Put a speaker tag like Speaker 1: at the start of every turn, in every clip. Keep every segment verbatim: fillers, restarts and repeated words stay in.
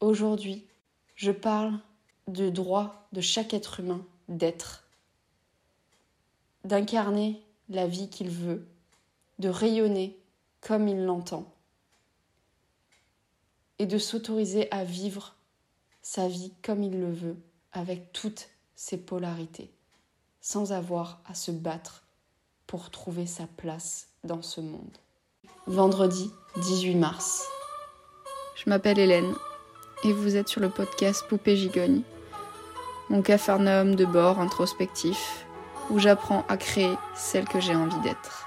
Speaker 1: aujourd'hui, je parle du droit de chaque être humain d'être, d'incarner la vie qu'il veut, de rayonner comme il l'entend et de s'autoriser à vivre sa vie comme il le veut, avec toutes ses polarités, sans avoir à se battre pour trouver sa place dans ce monde. Vendredi dix-huit mars. Je m'appelle Hélène et vous êtes sur le podcast Poupée Gigogne, mon capharnaüm de bord introspectif où j'apprends à créer celle que j'ai envie d'être.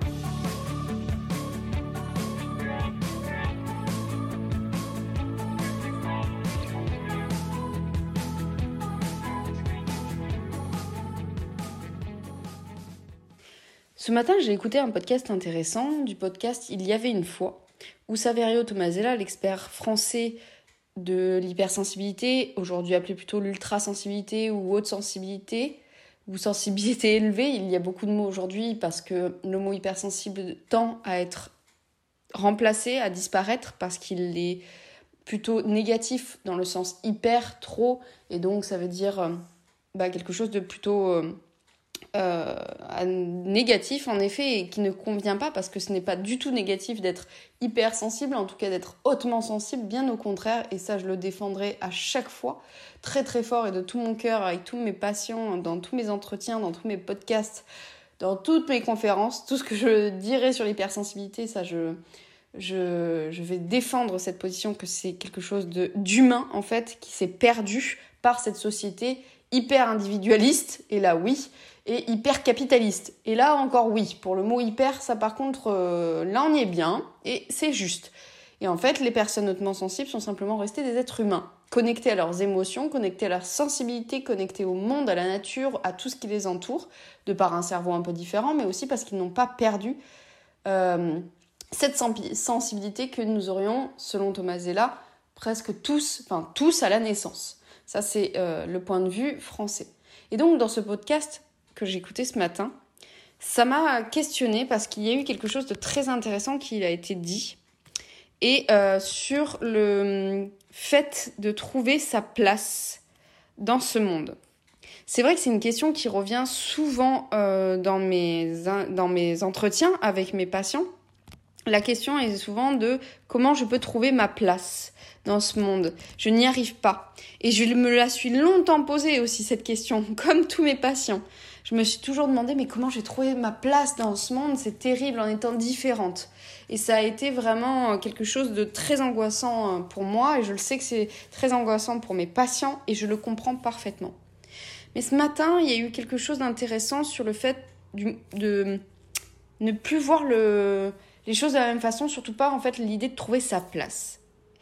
Speaker 1: Ce matin, j'ai écouté un podcast intéressant, du podcast Il y avait une fois, où Saverio Tomasella, l'expert français de l'hypersensibilité, aujourd'hui appelé plutôt l'ultrasensibilité ou haute sensibilité, ou sensibilité élevée, il y a beaucoup de mots aujourd'hui parce que le mot hypersensible tend à être remplacé, à disparaître, parce qu'il est plutôt négatif dans le sens hyper, trop, et donc ça veut dire euh, bah, quelque chose de plutôt... Euh, Euh, négatif en effet et qui ne convient pas parce que ce n'est pas du tout négatif d'être hypersensible, en tout cas d'être hautement sensible, bien au contraire, et ça je le défendrai à chaque fois très très fort et de tout mon cœur avec tous mes patients, dans tous mes entretiens, dans tous mes podcasts, dans toutes mes conférences, tout ce que je dirai sur l'hypersensibilité, ça je, je, je vais défendre cette position que c'est quelque chose de, d'humain en fait qui s'est perdu par cette société hyper individualiste, et là oui, et hyper capitaliste. Et là encore oui, pour le mot hyper, ça par contre, euh, là on y est bien, et c'est juste. Et en fait, les personnes hautement sensibles sont simplement restées des êtres humains, connectés à leurs émotions, connectés à leur sensibilité, connectés au monde, à la nature, à tout ce qui les entoure, de par un cerveau un peu différent, mais aussi parce qu'ils n'ont pas perdu euh, cette sensibilité que nous aurions, selon Tomasella, presque tous, enfin tous à la naissance. Ça, c'est euh, le point de vue français. Et donc, dans ce podcast que j'ai écouté ce matin, ça m'a questionnée parce qu'il y a eu quelque chose de très intéressant qui a été dit. Et euh, sur le fait de trouver sa place dans ce monde. C'est vrai que c'est une question qui revient souvent euh, dans mes, dans mes entretiens avec mes patients. La question est souvent de comment je peux trouver ma place dans ce monde. Je n'y arrive pas. Et je me la suis longtemps posée aussi, cette question, comme tous mes patients. Je me suis toujours demandé, mais comment j'ai trouvé ma place dans ce monde ? C'est terrible en étant différente. Et ça a été vraiment quelque chose de très angoissant pour moi, et je le sais que c'est très angoissant pour mes patients, et je le comprends parfaitement. Mais ce matin, il y a eu quelque chose d'intéressant sur le fait du, de ne plus voir le... les choses de la même façon, surtout pas en fait l'idée de trouver sa place.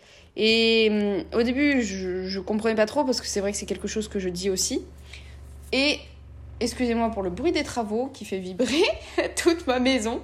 Speaker 1: Et euh, au début, je, je comprenais pas trop parce que c'est vrai que c'est quelque chose que je dis aussi. Et excusez-moi pour le bruit des travaux qui fait vibrer toute ma maison.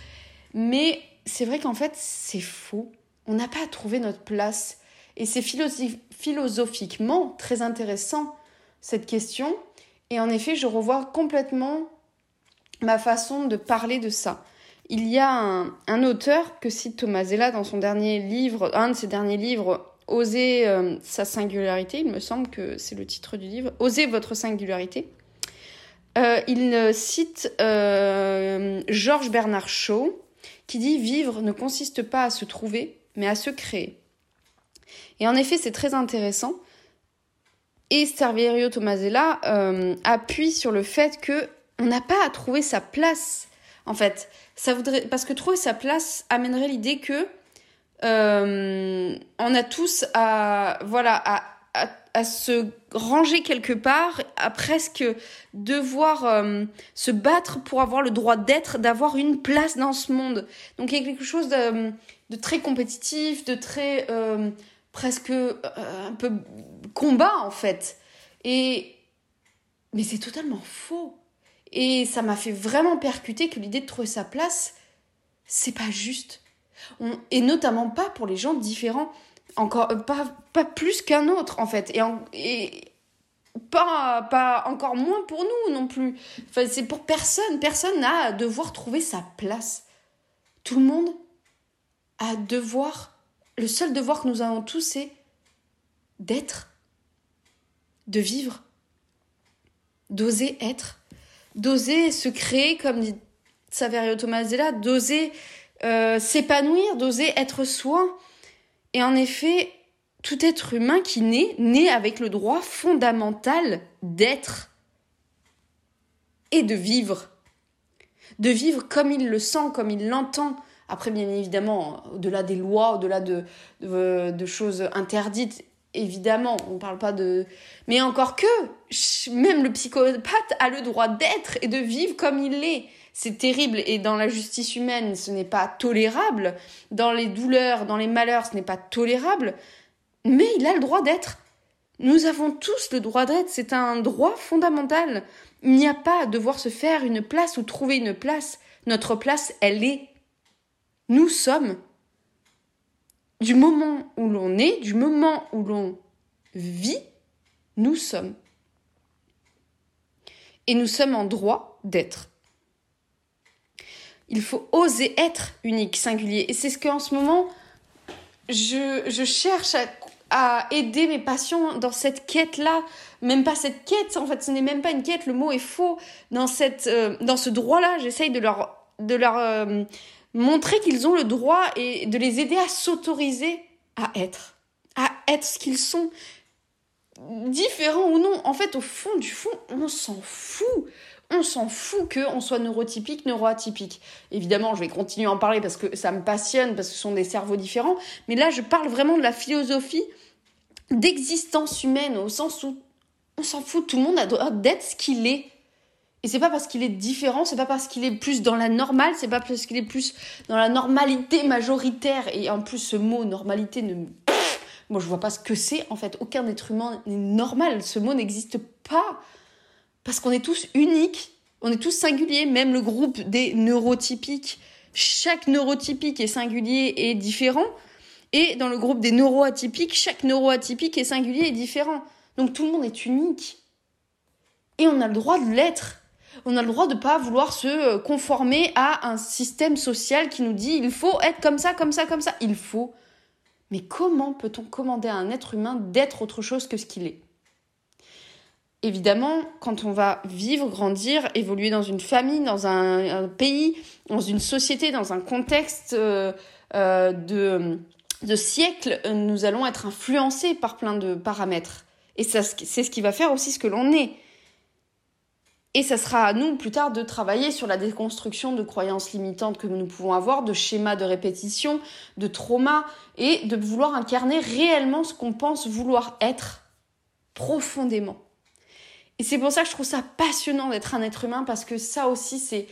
Speaker 1: Mais c'est vrai qu'en fait, c'est faux. On n'a pas à trouver notre place. Et c'est philosoph- philosophiquement très intéressant, cette question. Et en effet, je revois complètement ma façon de parler de ça. Il y a un, un auteur que cite Tomasella dans son dernier livre, un de ses derniers livres, « Oser euh, sa singularité », il me semble que c'est le titre du livre, « Osez votre singularité ». Euh, il cite euh, George Bernard Shaw, qui dit « Vivre ne consiste pas à se trouver, mais à se créer ». Et en effet, c'est très intéressant. Et Saverio Tomasella euh, appuie sur le fait qu'on n'a pas à trouver sa place. En fait, ça voudrait, parce que trouver sa place amènerait l'idée que euh, on a tous à, voilà, à, à, à se ranger quelque part, à presque devoir euh, se battre pour avoir le droit d'être, d'avoir une place dans ce monde. Donc il y a quelque chose de, de très compétitif, de très euh, presque euh, un peu combat en fait. Et mais c'est totalement faux. Et ça m'a fait vraiment percuter que l'idée de trouver sa place, c'est pas juste. On, et notamment pas pour les gens différents, encore pas, pas plus qu'un autre en fait. Et, en, et pas, pas encore moins pour nous non plus. Enfin, c'est pour personne. Personne n'a à devoir trouver sa place. Tout le monde a devoir. Le seul devoir que nous avons tous, c'est d'être, de vivre, d'oser être, d'oser se créer, comme dit Saverio Tomasella, d'oser euh, s'épanouir, d'oser être soi. Et en effet, tout être humain qui naît, naît avec le droit fondamental d'être et de vivre. De vivre comme il le sent, comme il l'entend. Après, bien évidemment, au-delà des lois, au-delà de, de, de choses interdites, évidemment, on ne parle pas de... Mais encore que, même le psychopathe a le droit d'être et de vivre comme il l'est. C'est terrible. Et dans la justice humaine, ce n'est pas tolérable. Dans les douleurs, dans les malheurs, ce n'est pas tolérable. Mais il a le droit d'être. Nous avons tous le droit d'être. C'est un droit fondamental. Il n'y a pas à devoir se faire une place ou trouver une place. Notre place, elle est. Nous sommes. Du moment où l'on est, du moment où l'on vit, nous sommes. Et nous sommes en droit d'être. Il faut oser être unique, singulier. Et c'est ce qu'en ce moment, je, je cherche à, à aider mes patients dans cette quête-là. Même pas cette quête, en fait, ce n'est même pas une quête, le mot est faux. Dans, cette, euh, dans ce droit-là, j'essaye de leur... De leur euh, montrer qu'ils ont le droit et de les aider à s'autoriser à être, à être ce qu'ils sont, différents ou non. En fait, au fond du fond, on s'en fout. On s'en fout qu'on soit neurotypique, neuroatypique. Évidemment, je vais continuer à en parler parce que ça me passionne, parce que ce sont des cerveaux différents. Mais là, je parle vraiment de la philosophie d'existence humaine, au sens où on s'en fout, tout le monde a le droit d'être ce qu'il est. Et c'est pas parce qu'il est différent, c'est pas parce qu'il est plus dans la normale, c'est pas parce qu'il est plus dans la normalité majoritaire. Et en plus, ce mot normalité, ne... moi je vois pas ce que c'est. En fait, aucun être humain n'est normal. Ce mot n'existe pas. Parce qu'on est tous uniques, on est tous singuliers. Même le groupe des neurotypiques, chaque neurotypique est singulier et différent. Et dans le groupe des neuroatypiques, chaque neuroatypique est singulier et différent. Donc tout le monde est unique. Et on a le droit de l'être. On a le droit de ne pas vouloir se conformer à un système social qui nous dit il faut être comme ça, comme ça, comme ça. Il faut. Mais comment peut-on commander à un être humain d'être autre chose que ce qu'il est ? Évidemment, quand on va vivre, grandir, évoluer dans une famille, dans un, un pays, dans une société, dans un contexte euh, euh, de, de siècles, nous allons être influencés par plein de paramètres. Et ça, c'est ce qui va faire aussi ce que l'on est. Et ça sera à nous, plus tard, de travailler sur la déconstruction de croyances limitantes que nous pouvons avoir, de schémas de répétition, de traumas, et de vouloir incarner réellement ce qu'on pense vouloir être profondément. Et c'est pour ça que je trouve ça passionnant d'être un être humain, parce que ça aussi, c'est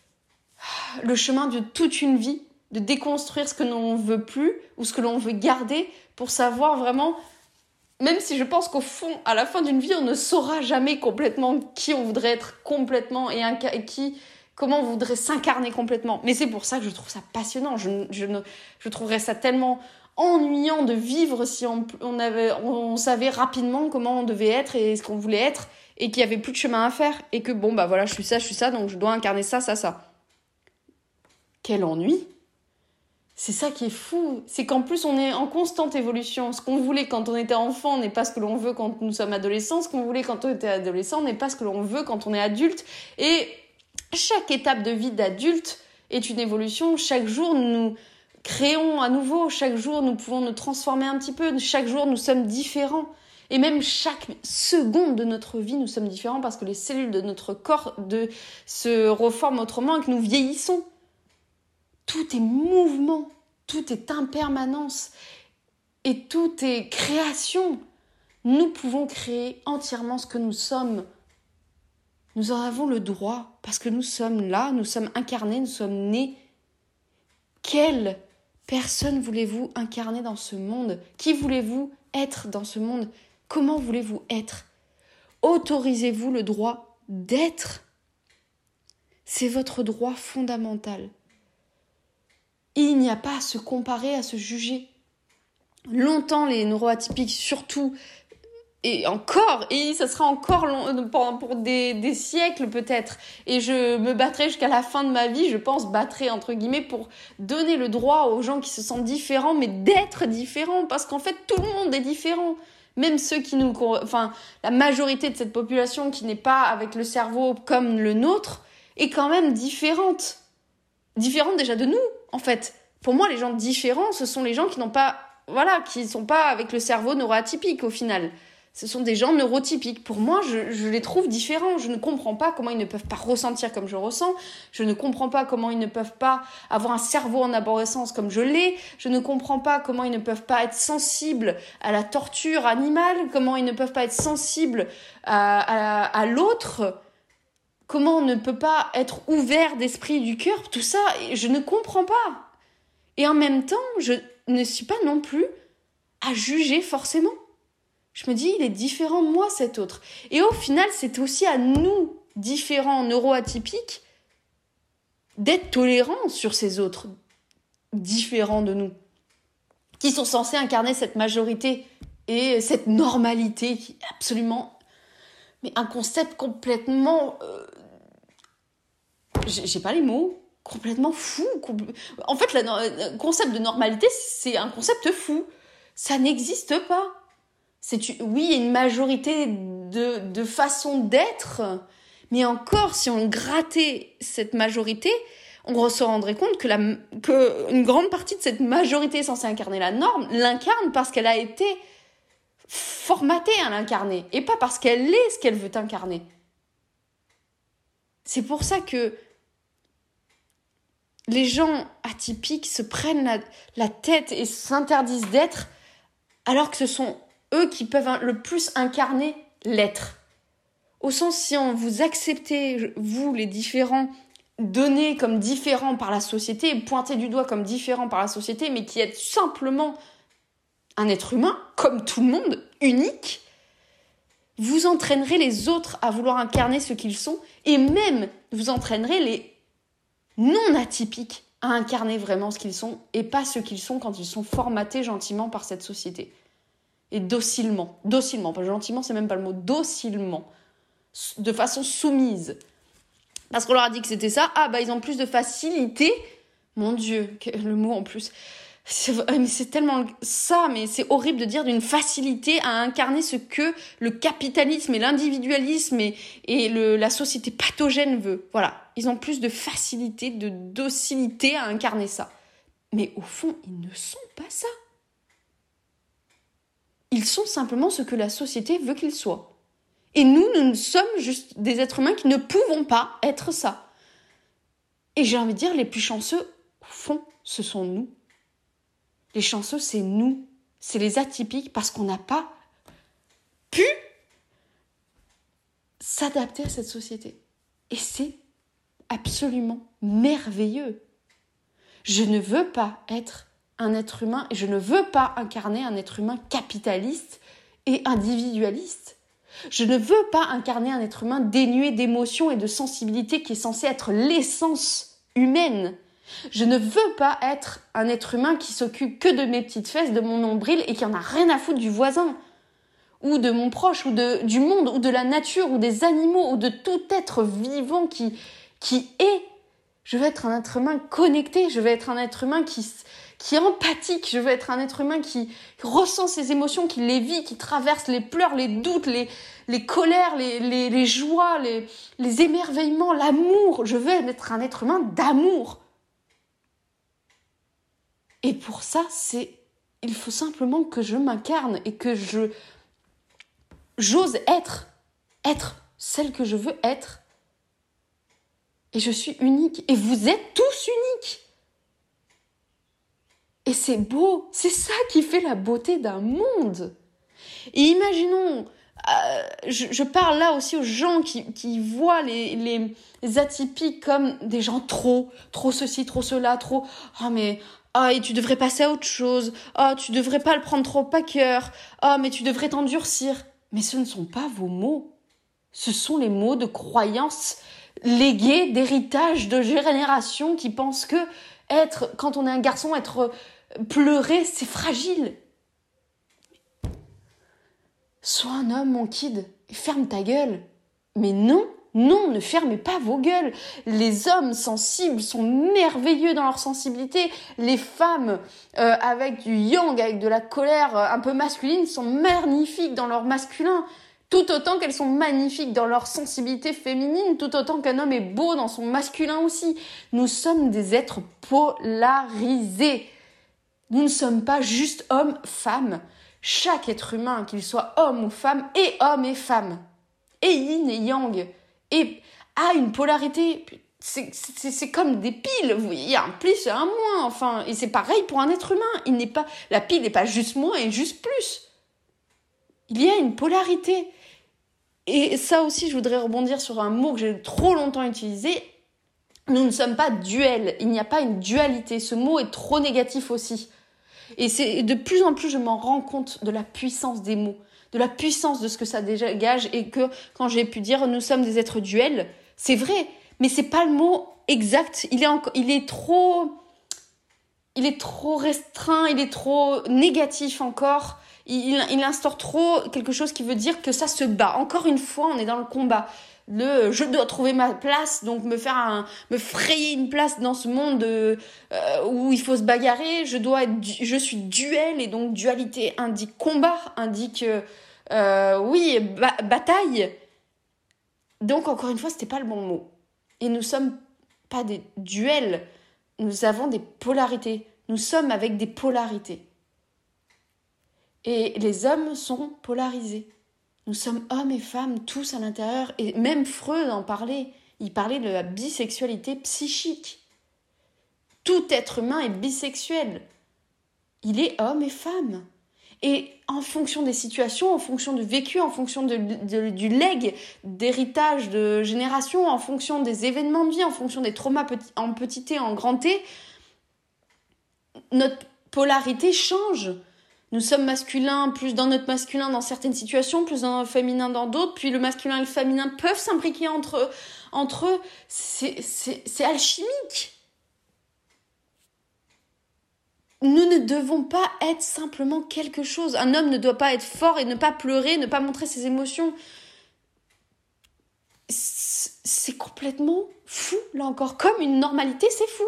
Speaker 1: le chemin de toute une vie, de déconstruire ce que l'on ne veut plus, ou ce que l'on veut garder, pour savoir vraiment... Même si je pense qu'au fond, à la fin d'une vie, on ne saura jamais complètement qui on voudrait être complètement et, inca- et qui, comment on voudrait s'incarner complètement. Mais c'est pour ça que je trouve ça passionnant. Je, je, ne, je trouverais ça tellement ennuyant de vivre si on, on, avait, on, on savait rapidement comment on devait être et ce qu'on voulait être et qu'il n'y avait plus de chemin à faire. Et que bon, bah voilà, je suis ça, je suis ça, donc je dois incarner ça, ça, ça. Quel ennui! C'est ça qui est fou, c'est qu'en plus on est en constante évolution. Ce qu'on voulait quand on était enfant n'est pas ce que l'on veut quand nous sommes adolescents. Ce qu'on voulait quand on était adolescent n'est pas ce que l'on veut quand on est adulte. Et chaque étape de vie d'adulte est une évolution. Chaque jour nous nous créons à nouveau. Chaque jour nous pouvons nous transformer un petit peu. Chaque jour nous sommes différents. Et même chaque seconde de notre vie nous sommes différents parce que les cellules de notre corps de, se reforment autrement et que nous vieillissons. Tout est mouvement, tout est impermanence et tout est création. Nous pouvons créer entièrement ce que nous sommes. Nous en avons le droit parce que nous sommes là, nous sommes incarnés, nous sommes nés. Quelle personne voulez-vous incarner dans ce monde ? Qui voulez-vous être dans ce monde ? Comment voulez-vous être ? Autorisez-vous le droit d'être. C'est votre droit fondamental. Il n'y a pas à se comparer, à se juger. Longtemps, les neuroatypiques, surtout, et encore, et ça sera encore long, pour des, des siècles peut-être, et je me battrai jusqu'à la fin de ma vie, je pense, battrai entre guillemets, pour donner le droit aux gens qui se sentent différents, mais d'être différents, parce qu'en fait, tout le monde est différent. Même ceux qui nous... Enfin, la majorité de cette population qui n'est pas avec le cerveau comme le nôtre est quand même différente. Différente déjà de nous, en fait. Pour moi, les gens différents, ce sont les gens qui n'ont pas... Voilà, qui ne sont pas avec le cerveau neuroatypique, au final. Ce sont des gens neurotypiques. Pour moi, je, je les trouve différents. Je ne comprends pas comment ils ne peuvent pas ressentir comme je ressens. Je ne comprends pas comment ils ne peuvent pas avoir un cerveau en arborescence comme je l'ai. Je ne comprends pas comment ils ne peuvent pas être sensibles à la torture animale. Comment ils ne peuvent pas être sensibles à, à, à l'autre. Comment on ne peut pas être ouvert d'esprit du cœur. Tout ça, je ne comprends pas. Et en même temps, je ne suis pas non plus à juger forcément. Je me dis, il est différent de moi, cet autre. Et au final, c'est aussi à nous, différents neuroatypiques, d'être tolérants sur ces autres différents de nous, qui sont censés incarner cette majorité et cette normalité qui est absolument... Mais un concept complètement... Euh, j'ai, j'ai pas les mots. Complètement fou. Compl... En fait, le concept de normalité, c'est un concept fou. Ça n'existe pas. C'est, oui, il y a une majorité de, de façons d'être, mais encore, si on grattait cette majorité, on se rendrait compte que, la, que une grande partie de cette majorité censée incarner la norme l'incarne parce qu'elle a été formatée à l'incarner, et pas parce qu'elle est ce qu'elle veut incarner. C'est pour ça que les gens atypiques se prennent la, la tête et s'interdisent d'être, alors que ce sont eux qui peuvent le plus incarner l'être. Au sens, si on vous acceptez, vous, les différents, donnés comme différents par la société, pointés du doigt comme différents par la société, mais qui êtes simplement un être humain, comme tout le monde, unique, vous entraînerez les autres à vouloir incarner ce qu'ils sont, et même vous entraînerez les non-atypiques à incarner vraiment ce qu'ils sont, et pas ce qu'ils sont quand ils sont formatés gentiment par cette société. Et docilement, docilement, pas gentiment, c'est même pas le mot, docilement, de façon soumise. Parce qu'on leur a dit que c'était ça, ah bah ils ont plus de facilité, mon Dieu, le mot en plus, c'est, mais c'est tellement ça, mais c'est horrible de dire d'une facilité à incarner ce que le capitalisme et l'individualisme et, et le, la société pathogène veut. Voilà, ils ont plus de facilité, de docilité à incarner ça. Mais au fond, ils ne sont pas ça. Ils sont simplement ce que la société veut qu'ils soient. Et nous, nous sommes juste des êtres humains qui ne pouvons pas être ça. Et j'ai envie de dire, les plus chanceux, au fond, ce sont nous. Les chanceux, c'est nous. C'est les atypiques parce qu'on n'a pas pu s'adapter à cette société. Et c'est absolument merveilleux. Je ne veux pas être un être humain, et je ne veux pas incarner un être humain capitaliste et individualiste. Je ne veux pas incarner un être humain dénué d'émotions et de sensibilité qui est censé être l'essence humaine. Je ne veux pas être un être humain qui s'occupe que de mes petites fesses, de mon nombril et qui en a rien à foutre du voisin, ou de mon proche, ou de, du monde, ou de la nature, ou des animaux, ou de tout être vivant qui, qui est. Je veux être un être humain connecté, je veux être un être humain qui... qui est empathique, je veux être un être humain qui ressent ses émotions, qui les vit, qui traverse les pleurs, les doutes, les, les colères, les, les, les joies, les, les émerveillements, l'amour. Je veux être un être humain d'amour. Et pour ça, c'est, il faut simplement que je m'incarne et que je, j'ose être, être celle que je veux être. Et je suis unique. Et vous êtes tous uniques. Et c'est beau, c'est ça qui fait la beauté d'un monde. Et imaginons, euh, je, je parle là aussi aux gens qui, qui voient les, les, les atypiques comme des gens trop, trop ceci, trop cela, trop... Ah oh, mais, ah oh, et tu devrais passer à autre chose, ah oh, tu devrais pas le prendre trop à cœur, ah oh, mais tu devrais t'endurcir. Mais ce ne sont pas vos mots, ce sont les mots de croyances léguées, d'héritage de générations qui pensent que être, quand on est un garçon, être... pleurer, c'est fragile. Sois un homme, mon kid, et ferme ta gueule. Mais non, non, ne fermez pas vos gueules. Les hommes sensibles sont merveilleux dans leur sensibilité. Les femmes euh, avec du yang, avec de la colère euh, un peu masculine, sont magnifiques dans leur masculin. Tout autant qu'elles sont magnifiques dans leur sensibilité féminine, tout autant qu'un homme est beau dans son masculin aussi. Nous sommes des êtres polarisés. Nous ne sommes pas juste hommes, femmes. Chaque être humain, qu'il soit homme ou femme, est homme et femme. Et yin et yang. Et a une polarité. C'est, c'est, c'est comme des piles. Il y a un plus et un moins. Enfin, et c'est pareil pour un être humain. Il n'est pas, la pile n'est pas juste moins et juste plus. Il y a une polarité. Et ça aussi, je voudrais rebondir sur un mot que j'ai trop longtemps utilisé. Nous ne sommes pas duels. Il n'y a pas une dualité. Ce mot est trop négatif aussi. Et c'est de plus en plus, je m'en rends compte de la puissance des mots, de la puissance de ce que ça dégage. Et que quand j'ai pu dire nous sommes des êtres duels, c'est vrai, mais c'est pas le mot exact. Il est, encore, il est trop, il est trop restreint, il est trop négatif encore. Il, il instaure trop quelque chose qui veut dire que ça se bat. Encore une fois, on est dans le combat. Le je dois trouver ma place, donc me faire un, me frayer une place dans ce monde euh, où il faut se bagarrer. Je dois être, je suis duel, et donc dualité indique combat, indique euh, oui ba- bataille. Donc encore une fois, c'était pas le bon mot. Et nous sommes pas des duels, nous avons des polarités. Nous sommes avec des polarités. Et les hommes sont polarisés. Nous sommes hommes et femmes tous à l'intérieur. Et même Freud en parlait. Il parlait de la bisexualité psychique. Tout être humain est bisexuel. Il est homme et femme. Et en fonction des situations, en fonction du vécu, en fonction de, de, du legs, d'héritage de génération, en fonction des événements de vie, en fonction des traumas petit, en petit T, en grand T, notre polarité change. Nous sommes masculins, plus dans notre masculin dans certaines situations, plus dans notre féminin dans d'autres, puis le masculin et le féminin peuvent s'imbriquer entre, entre eux. C'est, c'est, c'est alchimique. Nous ne devons pas être simplement quelque chose. Un homme ne doit pas être fort et ne pas pleurer, ne pas montrer ses émotions. C'est complètement fou, là encore. Comme une normalité, c'est fou.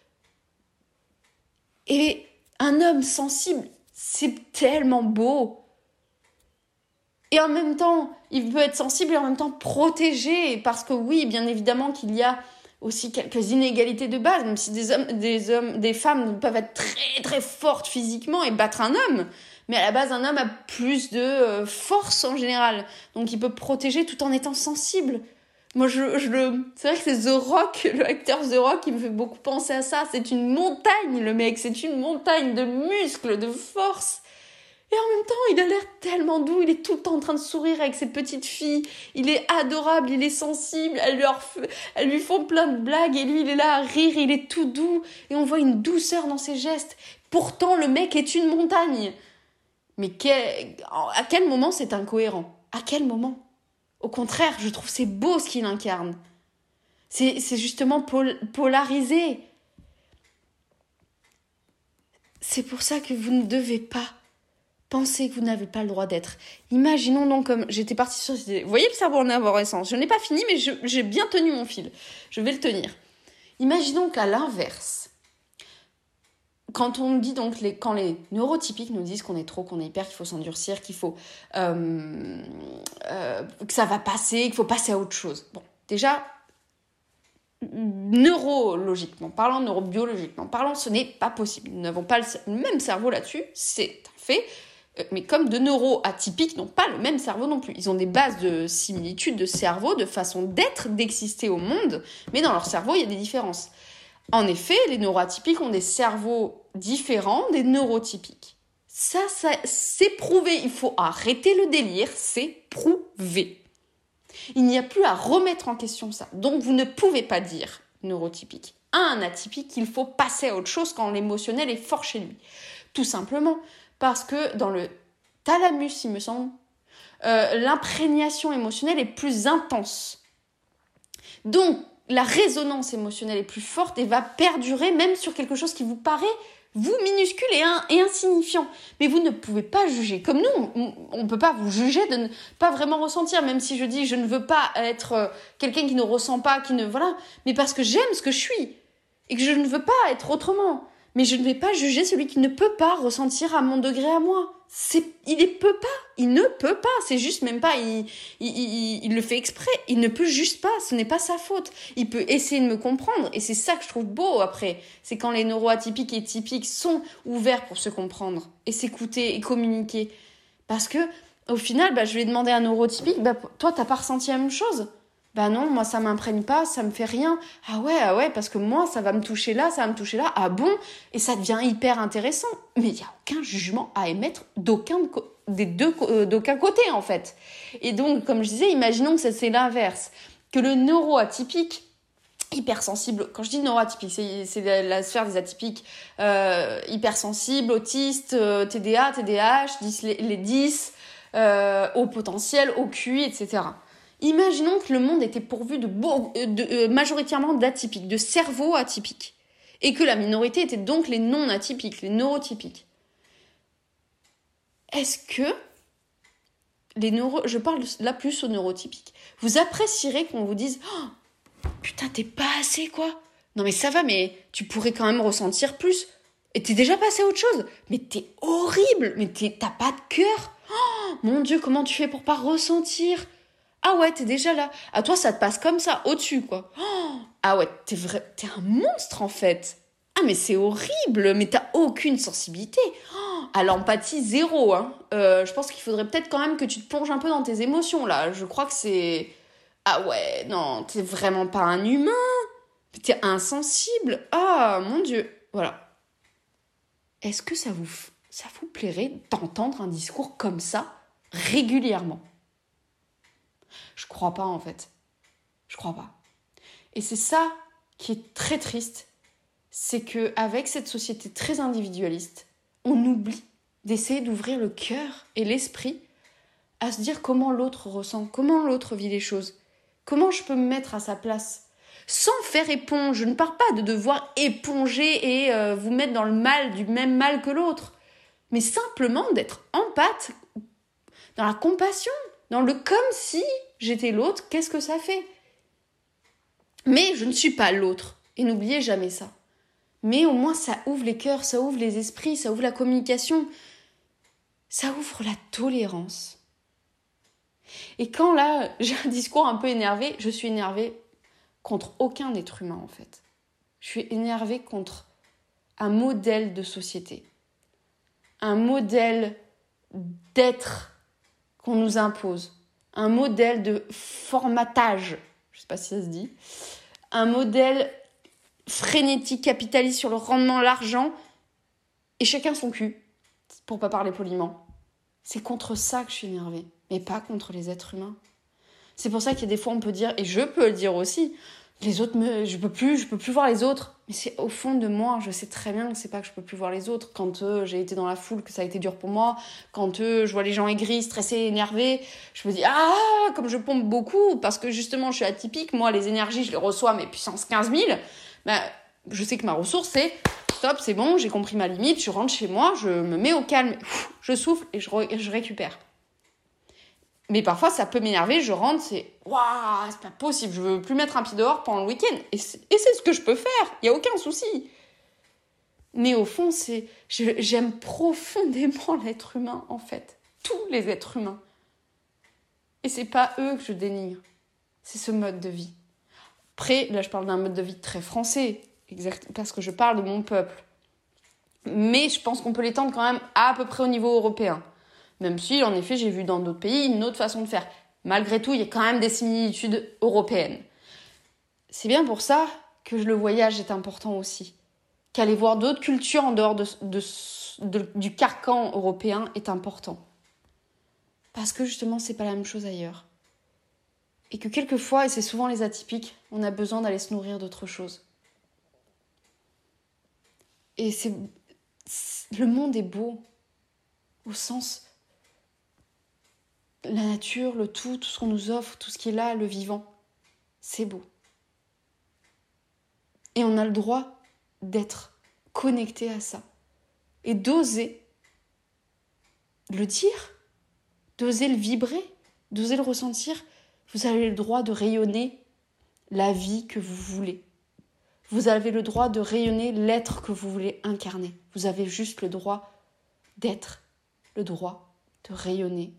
Speaker 1: Et un homme sensible, c'est tellement beau. Et en même temps, il peut être sensible et en même temps protégé. Parce que oui, bien évidemment qu'il y a aussi quelques inégalités de base. Même si des hommes, des hommes, des femmes peuvent être très très fortes physiquement et battre un homme. Mais à la base, un homme a plus de euh, force en général. Donc il peut protéger tout en étant sensible. Moi, je, je le... c'est vrai que c'est The Rock, le acteur The Rock, qui me fait beaucoup penser à ça. C'est une montagne, le mec. C'est une montagne de muscles, de force. Et en même temps, il a l'air tellement doux. Il est tout le temps en train de sourire avec ses petites filles. Il est adorable, il est sensible. Elles, leur f... Elles lui font plein de blagues. Et lui, il est là à rire. Il est tout doux. Et on voit une douceur dans ses gestes. Pourtant, le mec est une montagne. Mais quel... à quel moment c'est incohérent ? À quel moment ? Au contraire, je trouve c'est beau ce qu'il incarne. C'est, c'est justement pol- polarisé. C'est pour ça que vous ne devez pas penser que vous n'avez pas le droit d'être. Imaginons donc comme... J'étais partie sur cette idée. Vous voyez le cerveau en arborescence. Je n'ai pas fini, mais je, j'ai bien tenu mon fil. Je vais le tenir. Imaginons qu'à l'inverse, quand on dit donc les, quand les neurotypiques nous disent qu'on est trop, qu'on est hyper, qu'il faut s'endurcir, qu'il faut euh, euh, que ça va passer, qu'il faut passer à autre chose. Bon, déjà, neurologiquement parlant, neurobiologiquement parlant, ce n'est pas possible. Nous n'avons pas le, le même cerveau là-dessus, c'est un fait. Mais comme de neuroatypiques n'ont pas le même cerveau non plus. Ils ont des bases de similitude de cerveau, de façon d'être, d'exister au monde, mais dans leur cerveau, il y a des différences. En effet, les neuroatypiques ont des cerveaux différents des neurotypiques. Ça, ça, c'est prouvé. Il faut arrêter le délire, c'est prouvé. Il n'y a plus à remettre en question ça. Donc, vous ne pouvez pas dire neurotypique à un atypique qu'il faut passer à autre chose quand l'émotionnel est fort chez lui. Tout simplement parce que dans le thalamus, il me semble, euh, l'imprégnation émotionnelle est plus intense. Donc, la résonance émotionnelle est plus forte et va perdurer même sur quelque chose qui vous paraît Vous, minuscule et, un, et insignifiant. Mais vous ne pouvez pas juger. Comme nous, on ne peut pas vous juger de ne pas vraiment ressentir. Même si je dis, je ne veux pas être euh, quelqu'un qui ne ressent pas, qui ne... Voilà. Mais parce que j'aime ce que je suis. Et que je ne veux pas être autrement. Mais je ne vais pas juger celui qui ne peut pas ressentir à mon degré à moi. C'est, il ne peut pas. Il ne peut pas. C'est juste même pas... Il, il, il, il le fait exprès. Il ne peut juste pas. Ce n'est pas sa faute. Il peut essayer de me comprendre. Et c'est ça que je trouve beau après. C'est quand les neuroatypiques et typiques sont ouverts pour se comprendre. Et s'écouter et communiquer. Parce que, au final, bah, je vais demander à un neurotypique, bah, toi, t'as pas ressenti la même chose ? Bah non, moi ça m'imprègne pas, ça me fait rien. Ah ouais, ah ouais, parce que moi ça va me toucher là, ça va me toucher là. Ah bon ? Et ça devient hyper intéressant. Mais il n'y a aucun jugement à émettre d'aucun, des deux, euh, d'aucun côté en fait. Et donc, comme je disais, imaginons que c'est, c'est l'inverse. Que le neuroatypique, hypersensible, quand je dis neuroatypique, c'est, c'est la, la sphère des atypiques, euh, hypersensible, autiste, euh, T D A, T D A H, dix, les, les dix, euh, haut potentiel, haut Q I, et cetera. Imaginons que le monde était pourvu de, beau, de euh, majoritairement d'atypiques, de cerveaux atypiques, et que la minorité était donc les non-atypiques, les neurotypiques. Est-ce que les neuro... Je parle là plus aux neurotypiques. Vous apprécierez qu'on vous dise oh, « Putain, t'es pas assez, quoi !» Non mais ça va, mais tu pourrais quand même ressentir plus. Et t'es déjà passé à autre chose. Mais t'es horrible, mais t'es... t'as pas de cœur. Oh, mon Dieu, comment tu fais pour pas ressentir ? Ah ouais, t'es déjà là. À toi, ça te passe comme ça, au-dessus, quoi. Oh, ah ouais, t'es vrai, t'es un monstre, en fait. Ah, mais c'est horrible, mais t'as aucune sensibilité. Oh, à l'empathie, zéro, hein. Euh, je pense qu'il faudrait peut-être quand même que tu te plonges un peu dans tes émotions, là. Je crois que c'est... Ah ouais, non, t'es vraiment pas un humain. T'es insensible. Ah, mon Dieu. Voilà. Est-ce que ça vous, ça vous plairait d'entendre un discours comme ça régulièrement ? Je crois pas, en fait. Je crois pas. Et c'est ça qui est très triste, c'est qu'avec cette société très individualiste, on oublie d'essayer d'ouvrir le cœur et l'esprit à se dire comment l'autre ressent, comment l'autre vit les choses, comment je peux me mettre à sa place, sans faire éponge. Je ne parle pas de devoir éponger et euh, vous mettre dans le mal, du même mal que l'autre, mais simplement d'être empathe, dans la compassion, dans le comme si j'étais l'autre, qu'est-ce que ça fait ? Mais je ne suis pas l'autre. Et n'oubliez jamais ça. Mais au moins, ça ouvre les cœurs, ça ouvre les esprits, ça ouvre la communication. Ça ouvre la tolérance. Et quand là, j'ai un discours un peu énervé, je suis énervée contre aucun être humain, en fait. Je suis énervée contre un modèle de société. Un modèle d'être qu'on nous impose. Un modèle de formatage, je ne sais pas si ça se dit, un modèle frénétique, capitaliste sur le rendement, l'argent, et chacun son cul, pour pas parler poliment. C'est contre ça que je suis énervée, mais pas contre les êtres humains. C'est pour ça qu'il y a des fois on peut dire, et je peux le dire aussi, les autres, me, je peux plus, je peux plus voir les autres. Mais c'est au fond de moi, je sais très bien que c'est pas que je peux plus voir les autres. Quand euh, j'ai été dans la foule, que ça a été dur pour moi, quand euh, je vois les gens aigris, stressés, énervés, je me dis ah, comme je pompe beaucoup parce que justement je suis atypique. Moi, les énergies, je les reçois mais puissance quinze mille. Ben, je sais que ma ressource c'est stop, c'est bon, j'ai compris ma limite, je rentre chez moi, je me mets au calme, je souffle et je, re- je récupère. Mais parfois, ça peut m'énerver, je rentre, c'est « Waouh, c'est pas possible, je veux plus mettre un pied dehors pendant le week-end. » Et c'est, et c'est ce que je peux faire, il n'y a aucun souci. Mais au fond, c'est, je, j'aime profondément l'être humain, en fait. Tous les êtres humains. Et c'est pas eux que je dénigre, c'est ce mode de vie. Après, là, je parle d'un mode de vie très français, exact, parce que je parle de mon peuple. Mais je pense qu'on peut l'étendre quand même à peu près au niveau européen. Même si, en effet, j'ai vu dans d'autres pays une autre façon de faire. Malgré tout, il y a quand même des similitudes européennes. C'est bien pour ça que le voyage est important aussi. Qu'aller voir d'autres cultures en dehors de, de, de, du carcan européen est important. Parce que justement, c'est pas la même chose ailleurs. Et que quelquefois, et c'est souvent les atypiques, on a besoin d'aller se nourrir d'autre chose. Et c'est, c'est le monde est beau, au sens... La nature, le tout, tout ce qu'on nous offre, tout ce qui est là, le vivant, c'est beau. Et on a le droit d'être connecté à ça. et d'oser le dire, d'oser le vibrer, d'oser le ressentir. Vous avez le droit de rayonner la vie que vous voulez. Vous avez le droit de rayonner l'être que vous voulez incarner. Vous avez juste le droit d'être, le droit de rayonner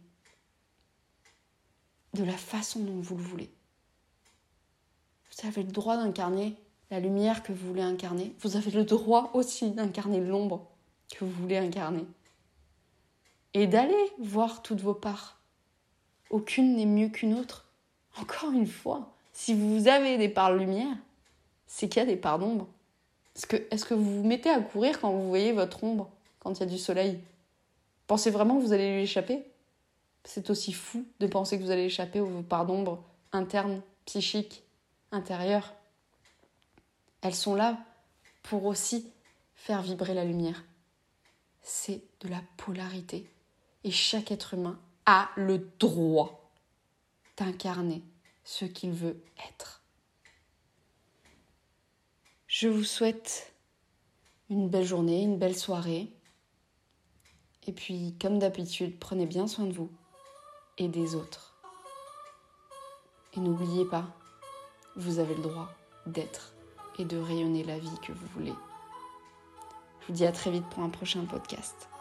Speaker 1: de la façon dont vous le voulez. Vous avez le droit d'incarner la lumière que vous voulez incarner. Vous avez le droit aussi d'incarner l'ombre que vous voulez incarner. Et d'aller voir toutes vos parts. Aucune n'est mieux qu'une autre. Encore une fois, si vous avez des parts de lumière, c'est qu'il y a des parts d'ombre. Est-ce que, est-ce que vous vous mettez à courir quand vous voyez votre ombre, quand il y a du soleil? Pensez vraiment que vous allez lui échapper? C'est aussi fou de penser que vous allez échapper aux parts d'ombre internes, psychiques, intérieures. Elles sont là pour aussi faire vibrer la lumière. C'est de la polarité. Et chaque être humain a le droit d'incarner ce qu'il veut être. Je vous souhaite une belle journée, une belle soirée. Et puis, comme d'habitude, prenez bien soin de vous et des autres. Et n'oubliez pas, vous avez le droit d'être et de rayonner la vie que vous voulez. Je vous dis à très vite pour un prochain podcast.